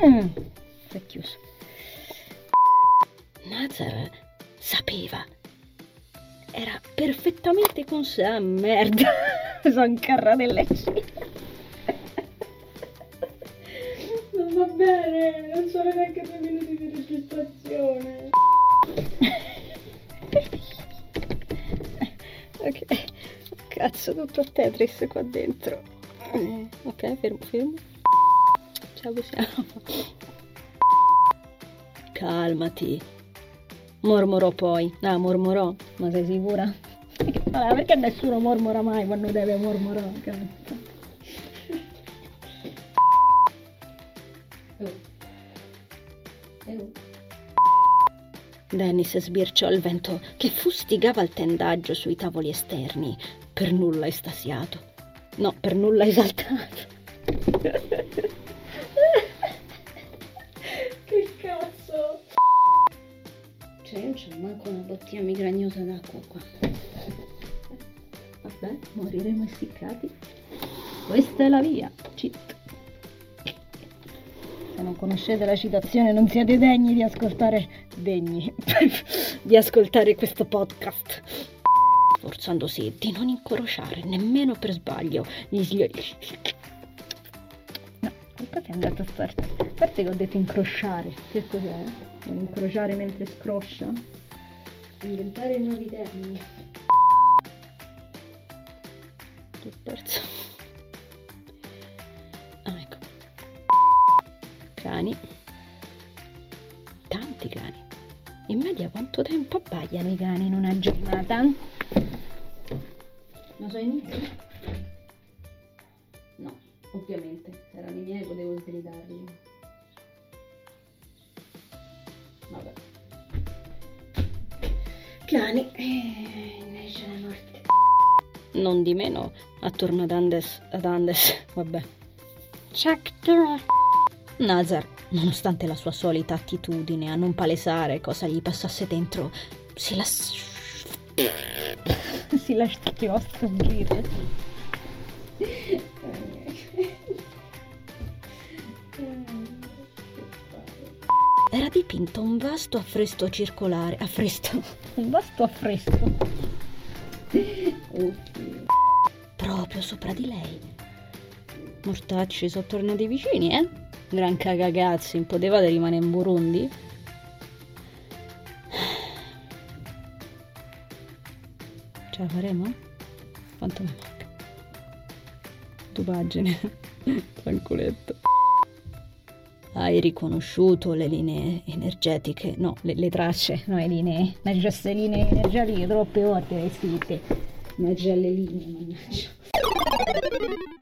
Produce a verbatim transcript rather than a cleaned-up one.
Mm, si è chiuso. Nazar sapeva. Era perfettamente con sé. Ah, merda. Sono incarrate le ciglia. Non va bene, non sono neanche due minuti di registrazione. Ok, cazzo, tutto a Tetris qua dentro. Ok, fermo, fermo. Ciao, che siamo. Calmati. Mormorò poi. Ah, mormorò? Ma sei sicura? Allora, perché nessuno mormora mai quando deve mormorare? Cazzo. Oh. Oh. Dennis sbirciò il vento che fustigava il tendaggio sui tavoli esterni, per nulla estasiato. No, per nulla esaltato. Che cazzo? Cioè, io non c'ho manco una bottiglia migragnosa d'acqua qua. Vabbè, moriremo essiccati. Questa è la via. Cheat. Se non conoscete la citazione non siete degni di ascoltare degni di ascoltare questo podcast, sforzandosi di non incrociare nemmeno per sbaglio gli sgliori. No, infatti è andato storto. A parte che ho detto incrociare, che cos'è? Non incrociare mentre scroscia? Inventare nuovi termini. Che perso. Ah, ecco. Cani, tanti cani. In media quanto tempo abbaiano i cani in una giornata? Ma so inizio? No, ovviamente, se erano i miei potevo sgridarli. Vabbè. Cani, eh, invece la morte. Non di meno, attorno ad Andes, ad Andes, vabbè. Chuck Nazar, nonostante la sua solita attitudine a non palesare cosa gli passasse dentro, si lasciò si lasciò sfuggire. Era dipinto un vasto affresco circolare, affresco, un vasto affresco, oddio, proprio sopra di lei. Mortacci sono tornati vicini, eh? Gran cagagazzi, non potevate rimanere in Burundi? Ce la faremo? Quanto mi manca? Due pagine. Tranquilletto. Hai riconosciuto le linee energetiche? No, le, le tracce, no, le linee. Ma queste linee energetiche troppe volte le hai scritte. Ma già le linee, mannaggia.